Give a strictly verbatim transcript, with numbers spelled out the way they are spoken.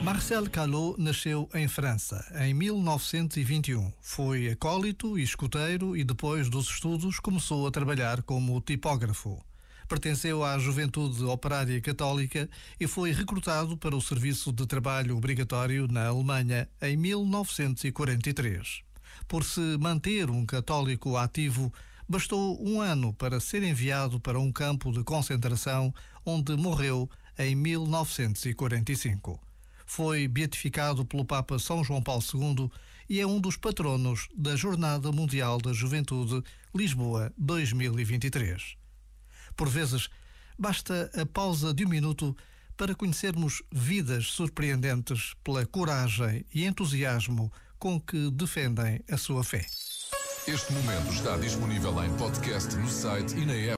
Marcel Callot nasceu em França em mil novecentos e vinte e um. Foi acólito e escoteiro e depois dos estudos começou a trabalhar como tipógrafo. Pertenceu à Juventude Operária Católica e foi recrutado para o serviço de trabalho obrigatório na Alemanha em mil novecentos e quarenta e três. Por se manter um católico ativo, bastou um ano para ser enviado para um campo de concentração onde morreu em mil novecentos e quarenta e cinco. Foi beatificado pelo Papa São João Paulo segundo e é um dos patronos da Jornada Mundial da Juventude Lisboa dois mil e vinte e três. Por vezes, basta a pausa de um minuto para conhecermos vidas surpreendentes pela coragem e entusiasmo com que defendem a sua fé. Este momento está disponível em podcast no site e na app.